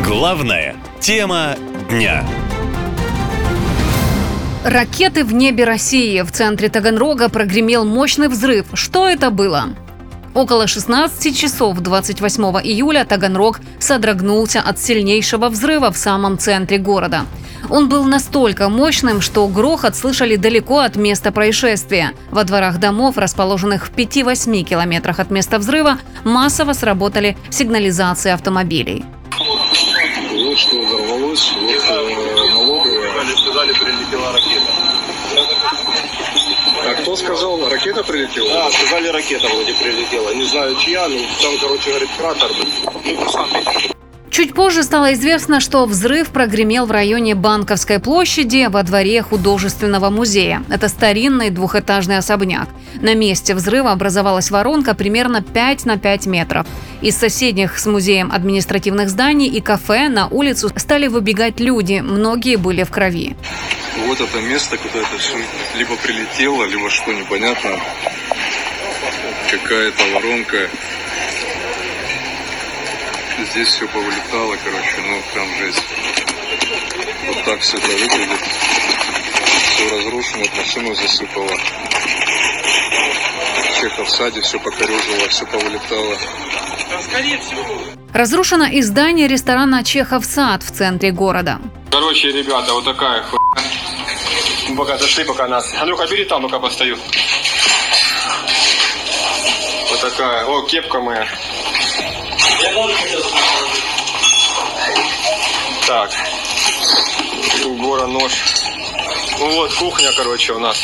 Главная тема дня. Ракеты в небе России. В центре Таганрога прогремел мощный взрыв. Что это было? Около 16 часов 28 июля Таганрог содрогнулся от сильнейшего взрыва в самом центре города. Он был настолько мощным, что грохот слышали далеко от места происшествия. Во дворах домов, расположенных в 5-8 километрах от места взрыва, массово сработали сигнализации автомобилей. Вот что взорвалось, налоговая. Сказали, прилетела ракета. А кто сказал, ракета прилетела? Да, сказали, ракета вроде прилетела. Не знаю, чья, но там, говорит, кратер. Чуть позже стало известно, что взрыв прогремел в районе Банковской площади во дворе художественного музея. Это старинный двухэтажный особняк. На месте взрыва образовалась воронка примерно 5 на 5 метров. Из соседних с музеем административных зданий и кафе на улицу стали выбегать люди. Многие были в крови. Вот это место, куда это все либо прилетело, либо что, непонятно. Какая-то воронка. Здесь все повылетало, прям жесть. Вот так все это выглядит. Все разрушено, машину засыпало. Чехов в саде все покорежило, все повылетало. Разрушено и здание ресторана «Чехов сад» в центре города. Ребята, вот такая хуйня. Мы пока зашли, пока нас... Андрюха, бери там, пока постою. Вот такая. О, кепка моя. Так. Гора, нож. Ну вот, кухня, у нас.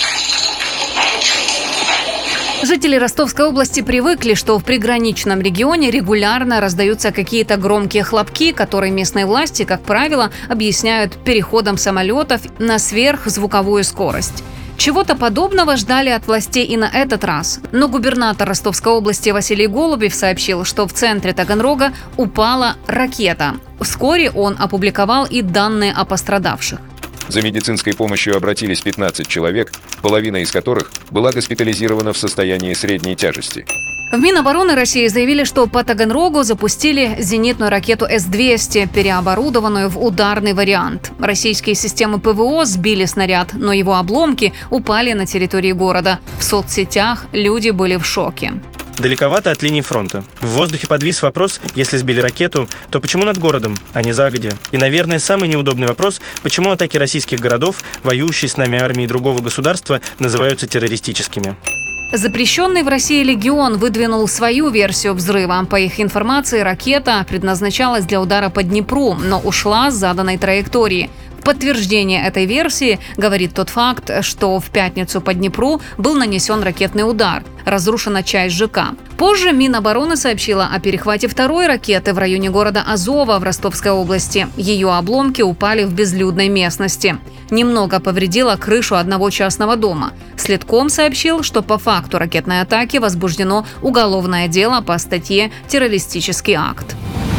Жители Ростовской области привыкли, что в приграничном регионе регулярно раздаются какие-то громкие хлопки, которые местные власти, как правило, объясняют переходом самолетов на сверхзвуковую скорость. Чего-то подобного ждали от властей и на этот раз. Но губернатор Ростовской области Василий Голубев сообщил, что в центре Таганрога упала ракета. Вскоре он опубликовал и данные о пострадавших. За медицинской помощью обратились 15 человек, половина из которых была госпитализирована в состоянии средней тяжести. В Минобороны России заявили, что по Таганрогу запустили зенитную ракету С-200, переоборудованную в ударный вариант. Российские системы ПВО сбили снаряд, но его обломки упали на территории города. В соцсетях люди были в шоке. Далековато от линии фронта. В воздухе подвис вопрос, если сбили ракету, то почему над городом, а не загодя? И, наверное, самый неудобный вопрос, почему атаки российских городов, воюющие с нами армии другого государства, называются террористическими. Запрещенный в России «Легион» выдвинул свою версию взрыва. По их информации, ракета предназначалась для удара по Днепру, но ушла с заданной траектории. В подтверждение этой версии говорит тот факт, что в пятницу по Днепру был нанесен ракетный удар. Разрушена часть ЖК. Позже Минобороны сообщила о перехвате второй ракеты в районе города Азова в Ростовской области. Ее обломки упали в безлюдной местности. Немного повредила крышу одного частного дома. Следком сообщил, что по факту ракетной атаки возбуждено уголовное дело по статье «Террористический акт».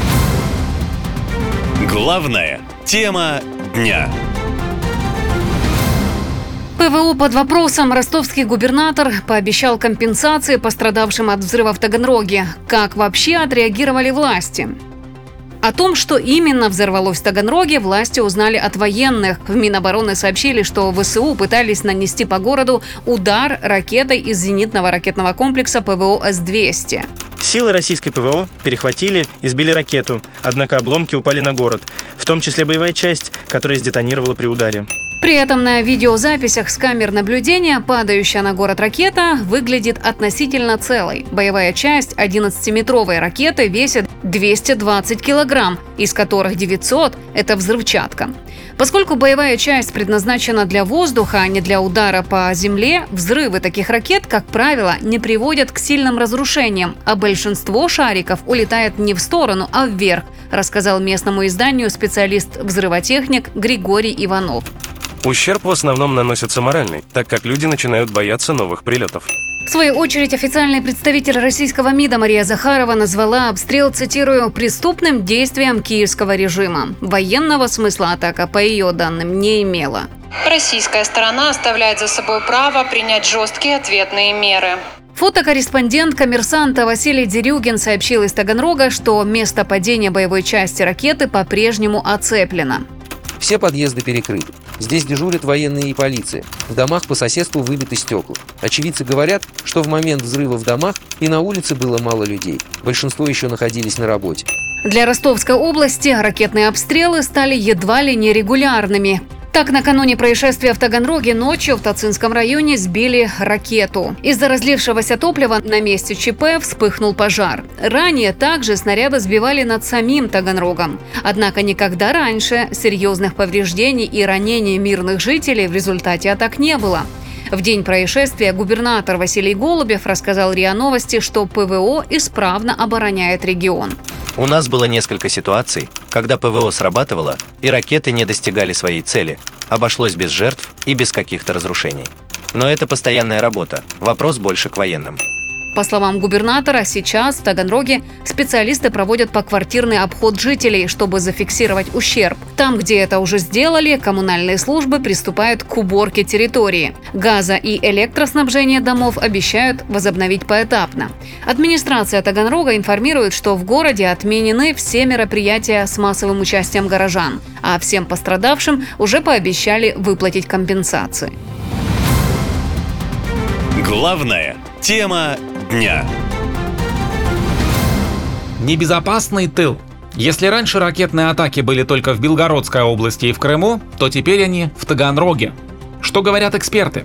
Главная тема дня. ПВО под вопросом. Ростовский губернатор пообещал компенсации пострадавшим от взрыва в Таганроге. Как вообще отреагировали власти? О том, что именно взорвалось в Таганроге, власти узнали от военных. В Минобороны сообщили, что ВСУ пытались нанести по городу удар ракетой из зенитного ракетного комплекса ПВО С-200. Силы российской ПВО перехватили и сбили ракету, однако обломки упали на город, в том числе боевая часть, которая сдетонировала при ударе. При этом на видеозаписях с камер наблюдения падающая на город ракета выглядит относительно целой. Боевая часть 11-метровой ракеты весит 220 килограмм, из которых 900 – это взрывчатка. Поскольку боевая часть предназначена для воздуха, а не для удара по земле, взрывы таких ракет, как правило, не приводят к сильным разрушениям, а большинство шариков улетает не в сторону, а вверх, рассказал местному изданию специалист-взрывотехник Григорий Иванов. Ущерб в основном наносится моральный, так как люди начинают бояться новых прилетов. В свою очередь, официальный представитель российского МИДа Мария Захарова назвала обстрел, цитирую, «преступным действием киевского режима». Военного смысла атака, по ее данным, не имела. Российская сторона оставляет за собой право принять жесткие ответные меры. Фотокорреспондент «Коммерсанта» Василий Дерюгин сообщил из Таганрога, что место падения боевой части ракеты по-прежнему оцеплено. Все подъезды перекрыты. Здесь дежурят военные и полиция. В домах по соседству выбиты стекла. Очевидцы говорят, что в момент взрыва в домах и на улице было мало людей. Большинство еще находились на работе. Для Ростовской области ракетные обстрелы стали едва ли не регулярными. Так, накануне происшествия в Таганроге ночью в Тацинском районе сбили ракету. Из-за разлившегося топлива на месте ЧП вспыхнул пожар. Ранее также снаряды сбивали над самим Таганрогом. Однако никогда раньше серьезных повреждений и ранений мирных жителей в результате атак не было. В день происшествия губернатор Василий Голубев рассказал РИА Новости, что ПВО исправно обороняет регион. У нас было несколько ситуаций, когда ПВО срабатывало, и ракеты не достигали своей цели. Обошлось без жертв и без каких-то разрушений. Но это постоянная работа. Вопрос больше к военным. По словам губернатора, сейчас в Таганроге специалисты проводят поквартирный обход жителей, чтобы зафиксировать ущерб. Там, где это уже сделали, коммунальные службы приступают к уборке территории. Газа- и электроснабжение домов обещают возобновить поэтапно. Администрация Таганрога информирует, что в городе отменены все мероприятия с массовым участием горожан, а всем пострадавшим уже пообещали выплатить компенсации. Главная тема дня. Небезопасный тыл. Если раньше ракетные атаки были только в Белгородской области и в Крыму, то теперь они в Таганроге. Что говорят эксперты?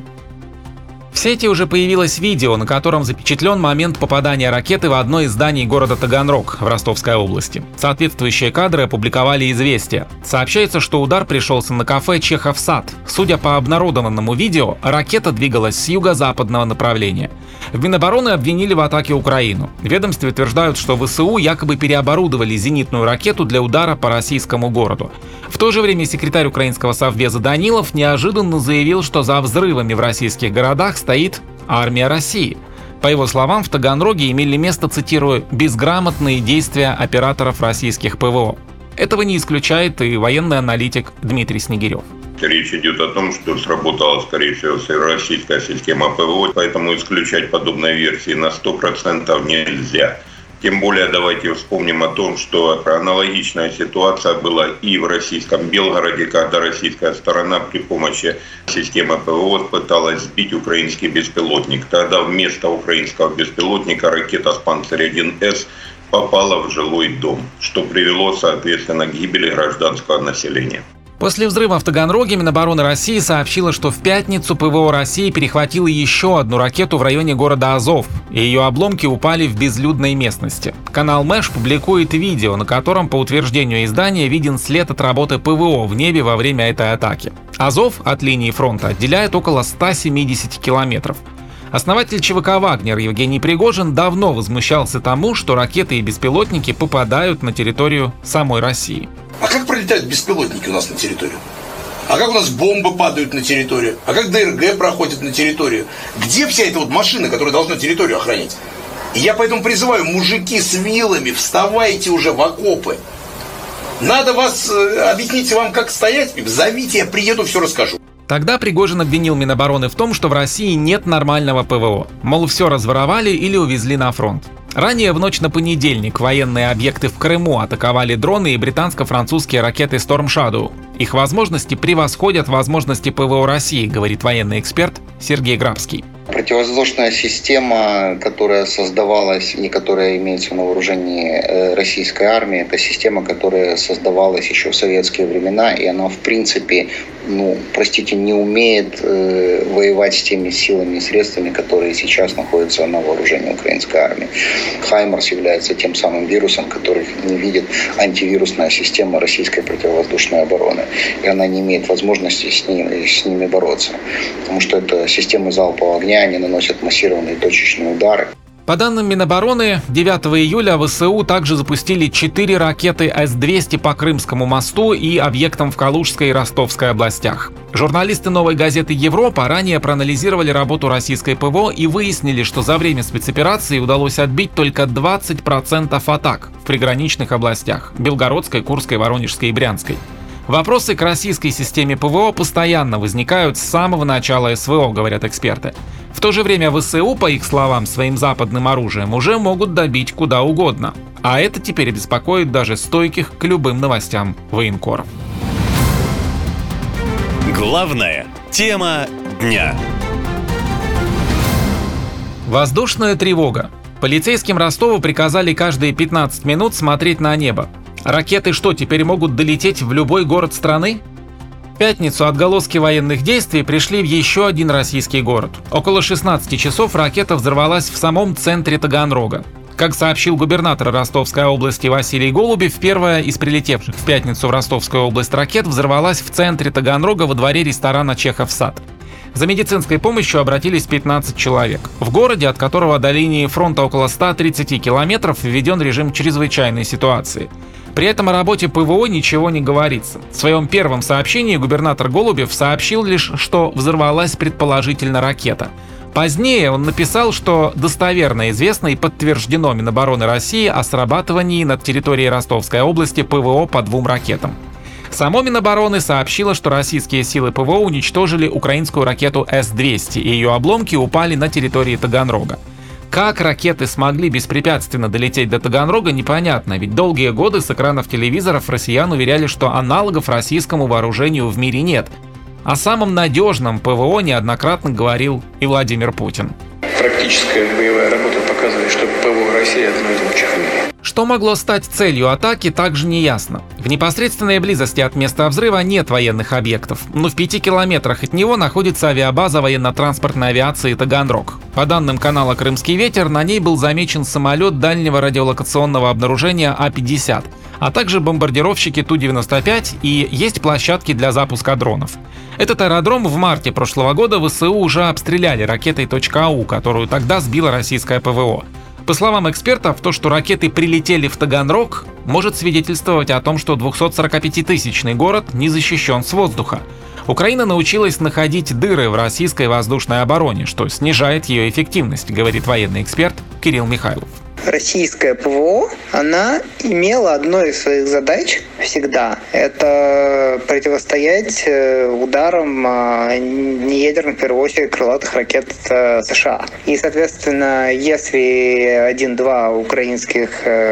В сети уже появилось видео, на котором запечатлен момент попадания ракеты в одно из зданий города Таганрог в Ростовской области. Соответствующие кадры опубликовали «Известия». Сообщается, что удар пришелся на кафе «Чехов сад». Судя по обнародованному видео, ракета двигалась с юго-западного направления. В Минобороны обвинили в атаке Украину. В ведомстве утверждают, что ВСУ якобы переоборудовали зенитную ракету для удара по российскому городу. В то же время секретарь украинского совбеза Данилов неожиданно заявил, что за взрывами в российских городах стоит армия России. По его словам, в Таганроге имели место, цитирую, «безграмотные действия операторов российских ПВО». Этого не исключает и военный аналитик Дмитрий Снегирев. Речь идет о том, что сработала, скорее всего, российская система ПВО, поэтому исключать подобные версии на 100% нельзя. Тем более давайте вспомним о том, что аналогичная ситуация была и в российском Белгороде, когда российская сторона при помощи системы ПВО пыталась сбить украинский беспилотник. Тогда вместо украинского беспилотника ракета с «Панцирь-1С» попала в жилой дом, что привело, соответственно, к гибели гражданского населения. После взрыва в Таганроге Минобороны России сообщила, что в пятницу ПВО России перехватило еще одну ракету в районе города Азов, и ее обломки упали в безлюдной местности. Канал Мэш публикует видео, на котором, по утверждению издания, виден след от работы ПВО в небе во время этой атаки. Азов от линии фронта отделяет около 170 километров. Основатель ЧВК «Вагнер» Евгений Пригожин давно возмущался тому, что ракеты и беспилотники попадают на территорию самой России. А как пролетают беспилотники у нас на территорию? А как у нас бомбы падают на территорию? А как ДРГ проходит на территорию? Где вся эта вот машина, которая должна территорию охранять? И я поэтому призываю, мужики с вилами, вставайте уже в окопы. Надо вас объяснить вам, как стоять. Зовите, я приеду, все расскажу. Тогда Пригожин обвинил Минобороны в том, что в России нет нормального ПВО. Мол, все разворовали или увезли на фронт. Ранее в ночь на понедельник военные объекты в Крыму атаковали дроны и британско-французские ракеты Storm Shadow. Их возможности превосходят возможности ПВО России, говорит военный эксперт Сергей Грабский. Противовоздушная система, которая создавалась и которая имеется на вооружении российской армии, это система, которая создавалась еще в советские времена, и она в принципе, не умеет воевать с теми силами и средствами, которые сейчас находятся на вооружении украинской армии. Хаймарс является тем самым вирусом, который не видит антивирусная система российской противовоздушной обороны, и она не имеет возможности с ними бороться, потому что это системы залпового огня, они наносят массированные точечные удары. По данным Минобороны, 9 июля ВСУ также запустили 4 ракеты С-200 по Крымскому мосту и объектам в Калужской и Ростовской областях. Журналисты «Новой газеты Европа» ранее проанализировали работу российской ПВО и выяснили, что за время спецоперации удалось отбить только 20% атак в приграничных областях – Белгородской, Курской, Воронежской и Брянской. Вопросы к российской системе ПВО постоянно возникают с самого начала СВО, говорят эксперты. В то же время ВСУ, по их словам, своим западным оружием уже могут добить куда угодно. А это теперь беспокоит даже стойких к любым новостям военкоров. Главная тема дня. Воздушная тревога. Полицейским Ростова приказали каждые 15 минут смотреть на небо. Ракеты что, теперь могут долететь в любой город страны? В пятницу отголоски военных действий пришли в еще один российский город. Около 16 часов ракета взорвалась в самом центре Таганрога. Как сообщил губернатор Ростовской области Василий Голубев, первая из прилетевших в пятницу в Ростовскую область ракет взорвалась в центре Таганрога во дворе ресторана «Чехов-сад». За медицинской помощью обратились 15 человек. В городе, от которого до линии фронта около 130 километров, введен режим чрезвычайной ситуации. При этом о работе ПВО ничего не говорится. В своем первом сообщении губернатор Голубев сообщил лишь, что взорвалась предположительно ракета. Позднее он написал, что достоверно известно и подтверждено Минобороны России о срабатывании над территорией Ростовской области ПВО по 2 ракетам. Само Минобороны сообщило, что российские силы ПВО уничтожили украинскую ракету С-200, и ее обломки упали на территории Таганрога. Как ракеты смогли беспрепятственно долететь до Таганрога, непонятно, ведь долгие годы с экранов телевизоров россиян уверяли, что аналогов российскому вооружению в мире нет. О самом надежном ПВО неоднократно говорил и Владимир Путин. Практическая боевая работа показывает, что ПВО России одно из лучших в мире. Что могло стать целью атаки, также не ясно. В непосредственной близости от места взрыва нет военных объектов, но в 5 километрах от него находится авиабаза военно-транспортной авиации «Таганрог». По данным канала «Крымский ветер», на ней был замечен самолет дальнего радиолокационного обнаружения А-50, а также бомбардировщики Ту-95 и есть площадки для запуска дронов. Этот аэродром в марте прошлого года ВСУ уже обстреляли ракетой .АУ, которую тогда сбила российское ПВО. По словам экспертов, то, что ракеты прилетели в Таганрог, может свидетельствовать о том, что 245-тысячный город не защищен с воздуха. Украина научилась находить дыры в российской воздушной обороне, что снижает ее эффективность, говорит военный эксперт Кирилл Михайлов. Российская ПВО, она имела одной из своих задач всегда. Это противостоять ударам неядерных, в первую очередь, крылатых ракет США. И, соответственно, если 1-2 украинских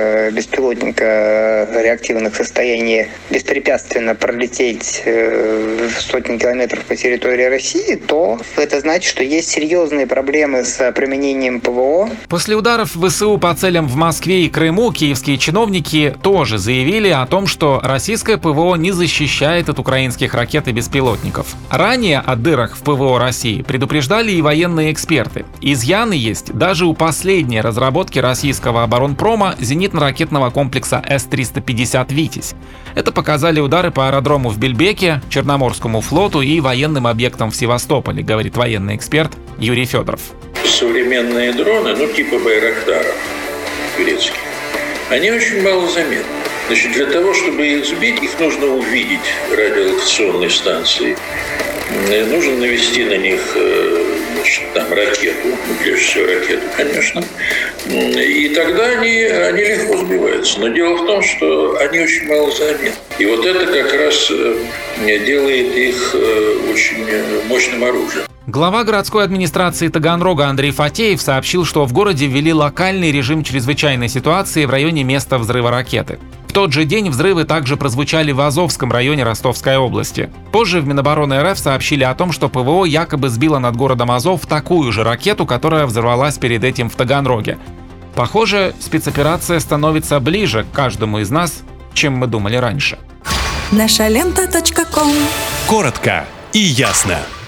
беспилотника реактивных состояний беспрепятственно пролететь в сотни километров по территории России, то это значит, что есть серьезные проблемы с применением ПВО. После ударов ВСУ по целям в Москве и Крыму киевские чиновники тоже заявили о том, что российское ПВО не защищает от украинских ракет и беспилотников. Ранее о дырах в ПВО России предупреждали и военные эксперты. Изъяны есть даже у последней разработки российского оборонпрома зенитно-ракетного комплекса С-350 «Витязь». Это показали удары по аэродрому в Бельбеке, Черноморскому флоту и военным объектам в Севастополе, говорит военный эксперт Юрий Федоров. Современные дроны, типа Байрактара, турецких, они очень мало заметны. Значит, для того, чтобы их сбить, их нужно увидеть радиолокационной станции. Нужно навести на них ракету, прежде всего ракету, конечно. И тогда они легко сбиваются. Но дело в том, что они очень мало заметны. И вот это как раз делает их очень мощным оружием. Глава городской администрации Таганрога Андрей Фатеев сообщил, что в городе ввели локальный режим чрезвычайной ситуации в районе места взрыва ракеты. В тот же день взрывы также прозвучали в Азовском районе Ростовской области. Позже в Минобороны РФ сообщили о том, что ПВО якобы сбило над городом Азов такую же ракету, которая взорвалась перед этим в Таганроге. Похоже, спецоперация становится ближе к каждому из нас, чем мы думали раньше. Нашалента.ком. Коротко и ясно.